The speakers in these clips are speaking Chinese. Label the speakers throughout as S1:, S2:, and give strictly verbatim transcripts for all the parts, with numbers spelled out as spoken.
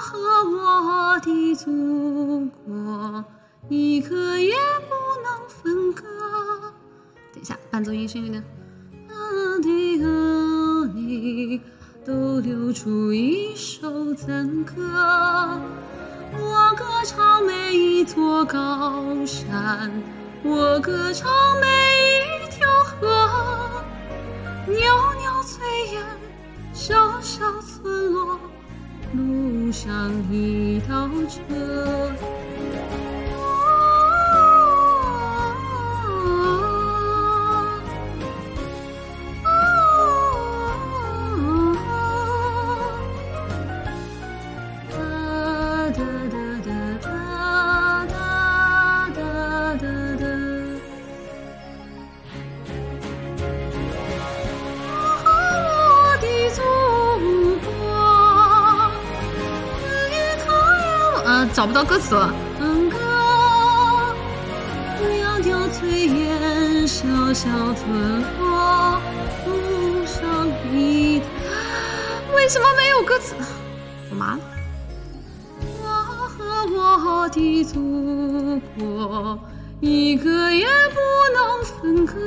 S1: 和我的祖国，一刻也不能分割。等一下，伴奏音声有点。啊的和你都流出一首赞歌，我歌唱每一座高山，我歌唱每一条河，袅袅炊烟，小小村落，路上一道辙。找不到歌词了。歌，袅袅炊烟，小小村落，路上一。为什么没有歌词？我麻了。我和我的祖国，一个也不能分割。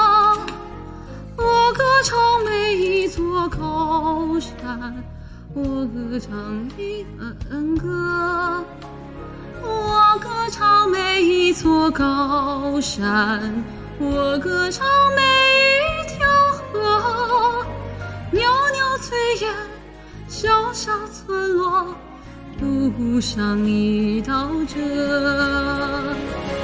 S1: 我歌唱每一座高山，我歌唱一恩歌，我歌唱每一座高山，我歌唱每一条河，袅袅炊烟，小小村落，路上一道辙。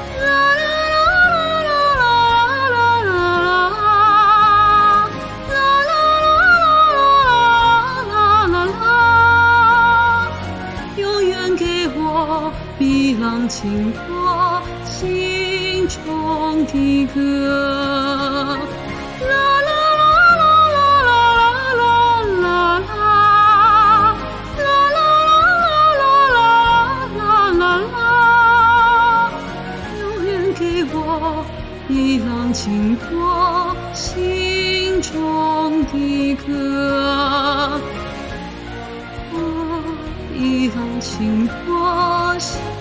S1: 一浪轻破心中的歌，啦啦啦啦啦啦啦啦啦，啦啦啦啦啦啦，永远给我一浪轻破心中的歌，一浪轻破心。